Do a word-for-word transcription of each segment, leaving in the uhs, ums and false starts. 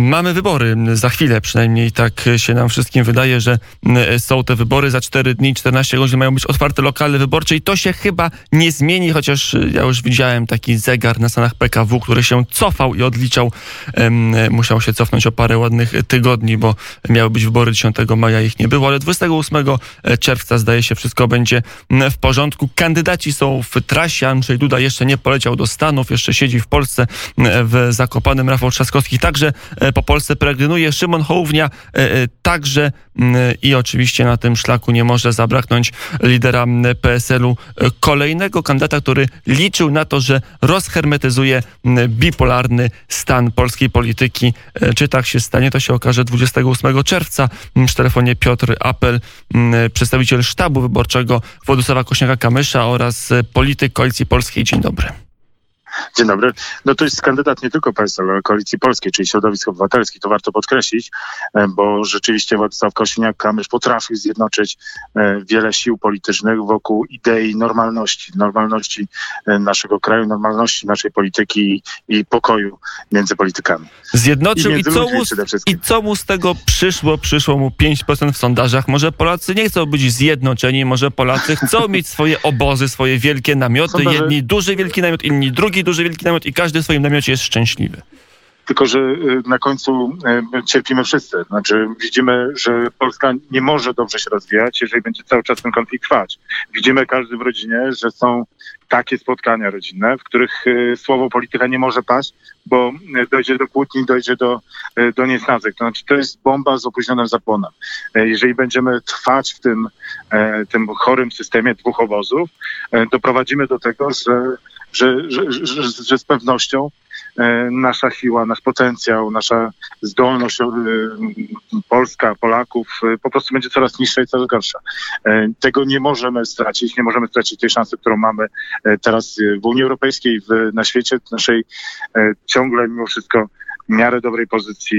Mamy wybory za chwilę, przynajmniej tak się nam wszystkim wydaje, że są te wybory. Za cztery dni, czternaście godzin mają być otwarte lokale wyborcze i to się chyba nie zmieni, chociaż ja już widziałem taki zegar na stanach P K W, który się cofał i odliczał. Musiał się cofnąć o parę ładnych tygodni, bo miały być wybory dziesiątego maja, ich nie było, ale dwudziestego ósmego czerwca zdaje się wszystko będzie w porządku. Kandydaci są w trasie. Andrzej Duda jeszcze nie poleciał do Stanów, jeszcze siedzi w Polsce w Zakopanem. Rafał Trzaskowski także po Polsce peregrinuje. Szymon Hołownia także i oczywiście na tym szlaku nie może zabraknąć lidera P S L u, kolejnego kandydata, który liczył na to, że rozhermetyzuje bipolarny stan polskiej polityki. Czy tak się stanie, to się okaże dwudziestego ósmego czerwca. W telefonie Piotr Apel, przedstawiciel sztabu wyborczego Władysława Kosiniaka-Kamysza oraz polityk Koalicji Polskiej. Dzień dobry. Dzień dobry. No to jest kandydat nie tylko P S L, ale Koalicji Polskiej, czyli środowisk obywatelskich. To warto podkreślić, bo rzeczywiście Władysław Kosiniak-Kamysz potrafił zjednoczyć wiele sił politycznych wokół idei normalności, normalności naszego kraju, normalności naszej polityki i pokoju między politykami. Zjednoczył i, i, co, mu, i co mu z tego przyszło? Przyszło mu pięć procent w sondażach. Może Polacy nie chcą być zjednoczeni, może Polacy chcą mieć swoje obozy, swoje wielkie namioty. Sondaże... Jedni duży wielki namiot, inni drugi duży wielki namiot i każdy w swoim namiocie jest szczęśliwy. Tylko że na końcu cierpimy wszyscy. Znaczy widzimy, że Polska nie może dobrze się rozwijać, jeżeli będzie cały czas ten konflikt trwać. Widzimy każdy w rodzinie, że są takie spotkania rodzinne, w których słowo polityka nie może paść, bo dojdzie do kłótni, dojdzie do, do niesnadzek. To znaczy to jest bomba z opóźnionym zapłonem. Jeżeli będziemy trwać w tym, tym chorym systemie dwóch obozów, doprowadzimy do tego, że Że, że, że, że z pewnością e, nasza siła, nasz potencjał, nasza zdolność e, Polska, Polaków e, po prostu będzie coraz niższa i coraz gorsza. E, tego nie możemy stracić, nie możemy stracić tej szansy, którą mamy e, teraz w Unii Europejskiej, w, na świecie, naszej e, ciągle mimo wszystko w miarę dobrej pozycji.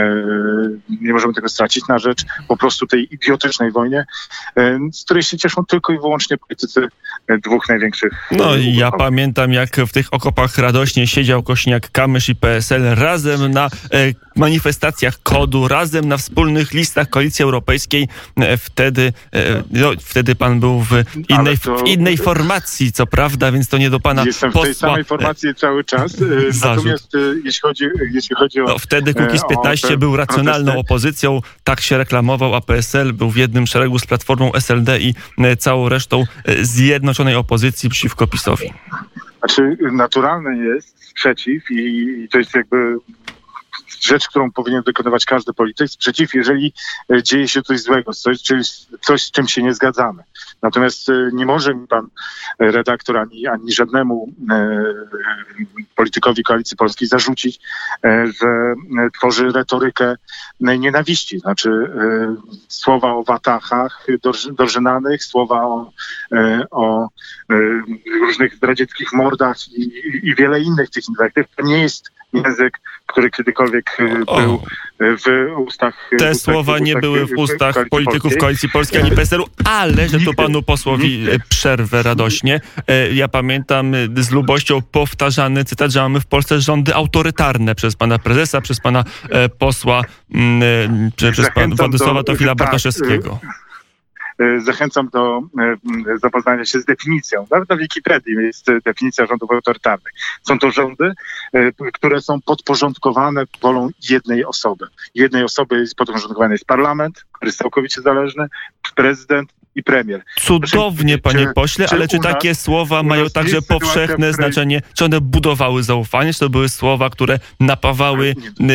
E, nie możemy tego stracić na rzecz po prostu tej idiotycznej wojnie, e, z której się cieszą tylko i wyłącznie politycy dwóch największych. No i ja pamiętam, jak w tych okopach radośnie siedział Kosiniak-Kamysz i P S L razem na e, manifestacjach kodu, razem na wspólnych listach Koalicji Europejskiej. E, wtedy, e, no, wtedy pan był w innej, to... w innej formacji, co prawda, więc to nie do pana Jestem posła. w tej samej formacji cały czas. E, natomiast e, jeśli chodzi, jeśli chodzi o... No, wtedy Kukiz piętnaście był racjonalną protesty. opozycją, tak się reklamował, a P S L był w jednym szeregu z Platformą S L D i e, całą resztą e, zjednoczonej opozycji przeciwko PiS-owi. Znaczy naturalny jest sprzeciw i, i to jest jakby rzecz, którą powinien wykonywać każdy polityk. Sprzeciw, jeżeli dzieje się coś złego, coś, czyli coś, z czym się nie zgadzamy. Natomiast nie może mi pan redaktor ani, ani żadnemu e, politykowi Koalicji Polskiej zarzucić, e, że tworzy retorykę nienawiści. Znaczy e, słowa o watachach dorzynanych, słowa o, e, o e, różnych zdradzieckich mordach i, i, i wiele innych tych inwektyw. To nie jest język, który kiedykolwiek był w ustach... Te w ustach, słowa w ustach, nie były w ustach Koalicji polityków Polskiej. Koalicji Polskiej ani P S L u, ale że to panu posłowi przerwę radośnie. Ja pamiętam z lubością powtarzany cytat, że mamy w Polsce rządy autorytarne przez pana prezesa, przez pana posła, przez pana Władysława Teofila Bartoszewskiego. Zachęcam do zapoznania się z definicją. Nawet na Wikipedii jest definicja rządów autorytarnych. Są to rządy, które są podporządkowane wolą jednej osoby. Jednej osoby jest podporządkowany jest parlament, który jest całkowicie zależny, prezydent i premier. Cudownie, panie czy, pośle, czy ale czy takie nas, słowa mają także powszechne której... znaczenie? Czy one budowały zaufanie? Czy to były słowa, które napawały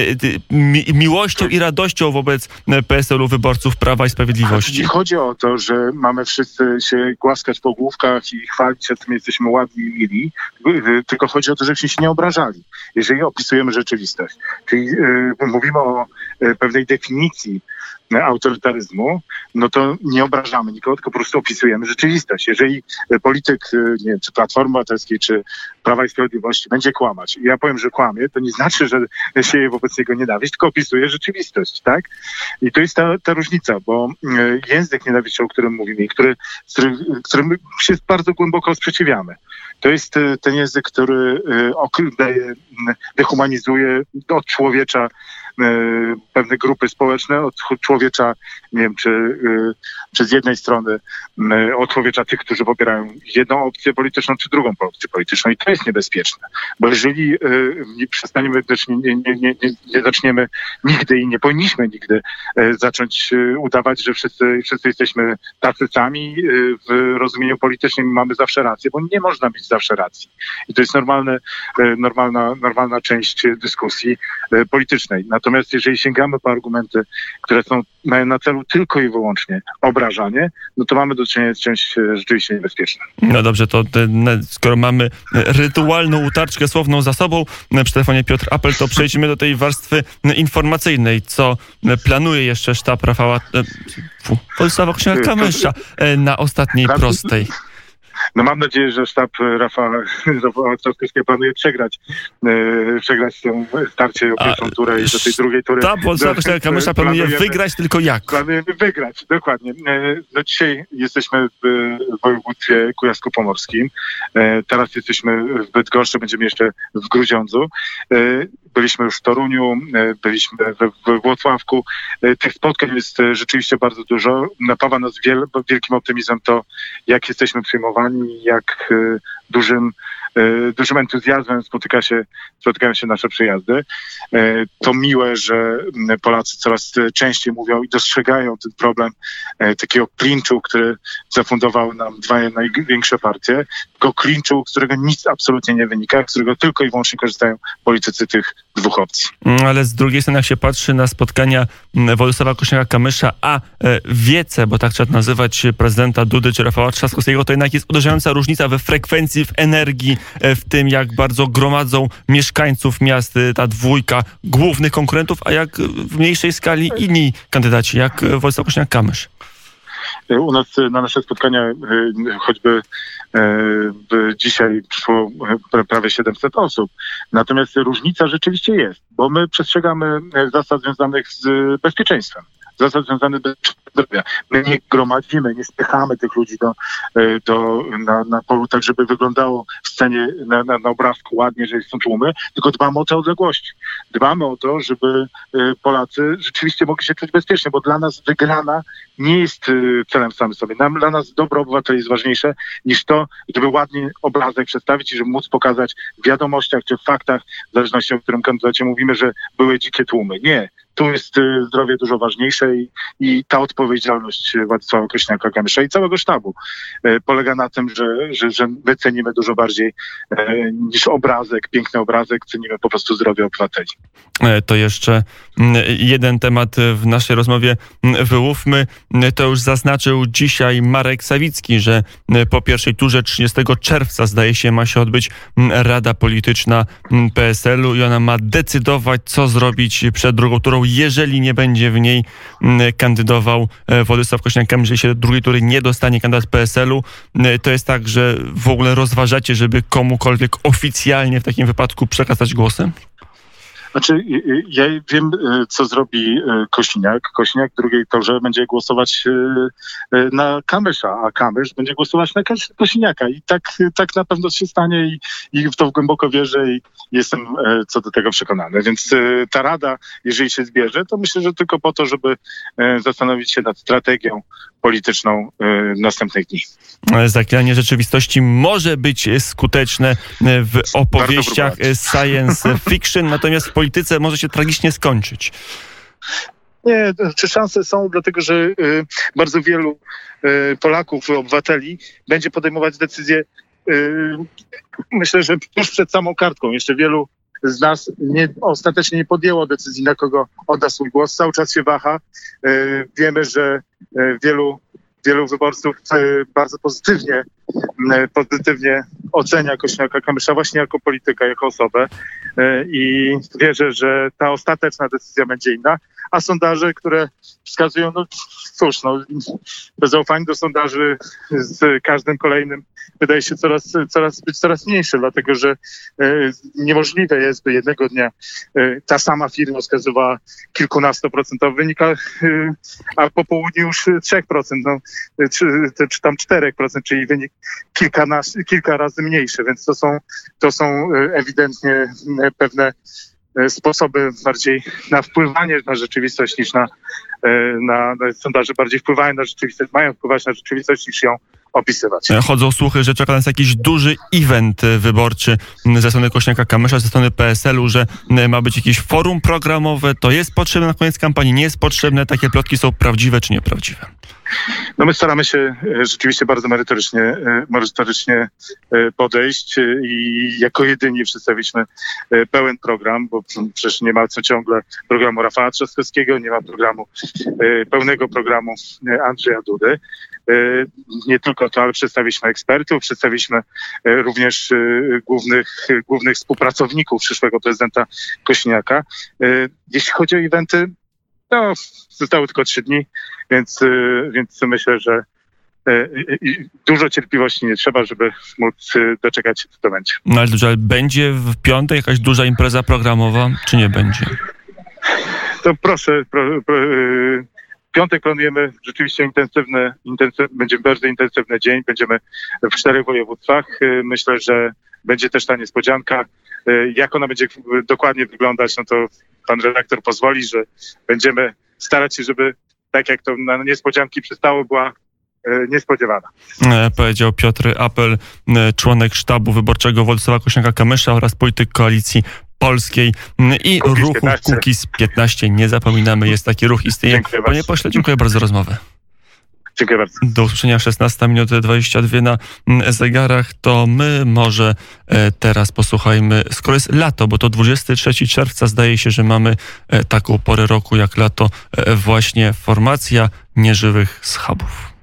mi, miłością i radością wobec P S L u wyborców Prawa i Sprawiedliwości? Nie chodzi o to, że mamy wszyscy się głaskać po główkach i chwalić się, my jesteśmy ładni i mili, tylko chodzi o to, żebyśmy się nie obrażali, jeżeli opisujemy rzeczywistość. Czyli yy, mówimy o yy, pewnej definicji autorytaryzmu, no to nie obrażamy nikogo, tylko po prostu opisujemy rzeczywistość. Jeżeli polityk, nie wiem, czy Platformy Obywatelskiej, czy Prawa i Sprawiedliwości będzie kłamać i ja powiem, że kłamie, to nie znaczy, że sieje wobec niego nienawiść, tylko opisuje rzeczywistość, tak? I to jest ta, ta różnica, bo język nienawiści, o którym mówimy, który, z którym, którym się bardzo głęboko sprzeciwiamy, to jest ten język, który daje, dehumanizuje, odczłowiecza pewne grupy społeczne od człowiecza, nie wiem, czy, czy z jednej strony od człowiecza tych, którzy popierają jedną opcję polityczną, czy drugą opcję polityczną. I to jest niebezpieczne, bo jeżeli nie przestaniemy, też nie, nie, nie, nie, nie zaczniemy nigdy i nie powinniśmy nigdy zacząć udawać, że wszyscy, wszyscy jesteśmy tacy sami w rozumieniu politycznym i mamy zawsze rację, bo nie można mieć zawsze racji. I to jest normalne, normalna, normalna część dyskusji politycznej. Natomiast jeżeli sięgamy po argumenty, które są, mają na celu tylko i wyłącznie obrażanie, no to mamy do czynienia z czymś rzeczywiście niebezpiecznym. No dobrze, to skoro mamy rytualną utarczkę słowną za sobą, przy telefonie Piotr Apel, to przejdźmy do tej warstwy informacyjnej. Co planuje jeszcze sztab Rafała Władysława Kosiniaka-Kamysza na ostatniej prostej? No mam nadzieję, że sztab Rafała Trzaskowskiego planuje przegrać, e, przegrać tę starcie o pierwszą turę i do tej drugiej tury. Sztab Władysława Kosiniaka-Kamysza planuje wygrać, tylko jak? Planujemy wygrać, dokładnie. E, no dzisiaj jesteśmy w województwie kujawsko-pomorskim, e, teraz jesteśmy w Bydgoszczy, będziemy jeszcze w Grudziądzu. E, byliśmy już w Toruniu, e, byliśmy we, we Włocławku. E, tych spotkań jest e, rzeczywiście bardzo dużo. Napawa nas wiel, wielkim optymizmem to, jak jesteśmy przyjmowani, jak y, dużym, y, dużym entuzjazmem spotyka się, spotykają się nasze przyjazdy. Y, to miłe, że Polacy coraz częściej mówią i dostrzegają ten problem y, takiego klinczu, który zafundowały nam dwa największe partie, tego klinczu, z którego nic absolutnie nie wynika, z którego tylko i wyłącznie korzystają politycy tych dwóch opcji. Ale z drugiej strony, jak się patrzy na spotkania Władysława Kosiniaka-Kamysza, a wiece, bo tak trzeba nazywać prezydenta Dudy czy Rafała Trzaskowskiego, to jednak jest uderzająca różnica we frekwencji, w energii, w tym, jak bardzo gromadzą mieszkańców miast ta dwójka głównych konkurentów, a jak w mniejszej skali inni kandydaci, jak Władysław Kosiniak-Kamysz. U nas na nasze spotkania choćby dzisiaj przyszło prawie siedemset osób. Natomiast różnica rzeczywiście jest, bo my przestrzegamy zasad związanych z bezpieczeństwem. Zasad związanych z zdrowia. My nie gromadzimy, nie spychamy tych ludzi do, do, na, na polu tak, żeby wyglądało w scenie, na, na, na obrazku ładnie, że są tłumy, tylko dbamy o te odległości. Dbamy o to, żeby Polacy rzeczywiście mogli się czuć bezpiecznie, bo dla nas wygrana nie jest celem samym sobie. Nam, dla nas dobro obywateli jest ważniejsze niż to, żeby ładnie obrazek przedstawić i żeby móc pokazać w wiadomościach czy w faktach, w zależności o którym kandydacie mówimy, że były dzikie tłumy. Nie. Tu jest zdrowie dużo ważniejsze i, i ta odpowiedzialność Władysława Kosiniaka-Kamysza i całego sztabu e, polega na tym, że, że, że my cenimy dużo bardziej e, niż obrazek, piękny obrazek, cenimy po prostu zdrowie obywateli. To jeszcze jeden temat w naszej rozmowie wyłówmy. To już zaznaczył dzisiaj Marek Sawicki, że po pierwszej turze trzydziestego czerwca zdaje się ma się odbyć Rada Polityczna P S L u i ona ma decydować, co zrobić przed drugą turą, jeżeli nie będzie w niej kandydował Władysław Kosiniak-Kamysz, jeżeli się do drugiej tury nie dostanie kandydat P S L u. To jest tak, że w ogóle rozważacie, żeby komukolwiek oficjalnie w takim wypadku przekazać głosy? Znaczy, ja wiem, co zrobi Kosiniak. Kosiniak w drugiej turze będzie głosować na Kamysza, a Kamysz będzie głosować na Kosiniaka. I tak, tak na pewno się stanie i, i w to głęboko wierzę i jestem co do tego przekonany. Więc ta rada, jeżeli się zbierze, to myślę, że tylko po to, żeby zastanowić się nad strategią polityczną następnych dni. Zaklinanie rzeczywistości może być skuteczne w opowieściach science fiction, natomiast w polityce może się tragicznie skończyć. Nie, czy szanse są, dlatego że y, bardzo wielu y, Polaków, obywateli będzie podejmować decyzje, y, myślę, że tuż przed samą kartką. Jeszcze wielu z nas nie, ostatecznie nie podjęło decyzji, na kogo odda swój głos. Cały czas się waha. Y, wiemy, że y, wielu Wielu wyborców bardzo pozytywnie, pozytywnie ocenia Kosiniaka-Kamysza właśnie jako polityka, jako osobę i wierzę, że ta ostateczna decyzja będzie inna, a sondaże, które wskazują, no cóż, no, zaufanie do sondaży z każdym kolejnym wydaje się coraz, coraz być coraz mniejsze, dlatego że e, niemożliwe jest, by jednego dnia e, ta sama firma wskazywała kilkunastoprocentowy wynik, a, e, a po południu już trzy procent, no, czy, czy tam cztery procent, czyli wynik kilkanas, kilka razy mniejszy, więc to są, to są ewidentnie pewne sposoby bardziej na wpływanie na rzeczywistość niż na, na, na sondaże bardziej wpływają na rzeczywistość, mają wpływać na rzeczywistość niż ją opisywać. Chodzą słuchy, że czeka nas jakiś duży event wyborczy ze strony Kosiniaka-Kamysza, ze strony P S L-u, że ma być jakieś forum programowe. To jest potrzebne na koniec kampanii, nie jest potrzebne. Takie plotki są prawdziwe czy nieprawdziwe? No my staramy się rzeczywiście bardzo merytorycznie, merytorycznie podejść i jako jedyni przedstawiliśmy pełen program, bo przecież nie ma co ciągle programu Rafała Trzaskowskiego, nie ma programu, pełnego programu Andrzeja Dudy. Nie tylko to, ale przedstawiliśmy ekspertów, przedstawiliśmy również głównych, głównych współpracowników przyszłego prezydenta Kosiniaka. Jeśli chodzi o eventy, no, zostały tylko trzy dni, więc, więc myślę, że dużo cierpliwości nie trzeba, żeby móc doczekać się, co to będzie. No ale dobrze, ale będzie w piątek jakaś duża impreza programowa, czy nie będzie? To proszę, pro, pro, w piątek planujemy rzeczywiście intensywny, intensywny, będzie bardzo intensywny dzień, będziemy w czterech województwach. Myślę, że będzie też ta niespodzianka. Jak ona będzie dokładnie wyglądać, no to pan redaktor pozwoli, że będziemy starać się, żeby tak jak to na niespodzianki przystało, była niespodziewana. Powiedział Piotr Apel, członek sztabu wyborczego Władysława Kosiniaka-Kamysza oraz polityk Koalicji Polskiej i Kukiz ruchu piętnaście. Kukiz piętnaście. Nie zapominamy, jest taki ruch, istnieje. Dziękuję Panie bardzo. pośle, dziękuję bardzo za rozmowę. Dziękuję bardzo. Do usłyszenia, szesnasta minut dwadzieścia dwa na zegarach. To my może teraz posłuchajmy, skoro jest lato, bo to dwudziestego trzeciego czerwca, zdaje się, że mamy taką porę roku jak lato, właśnie formacja nieżywych schabów.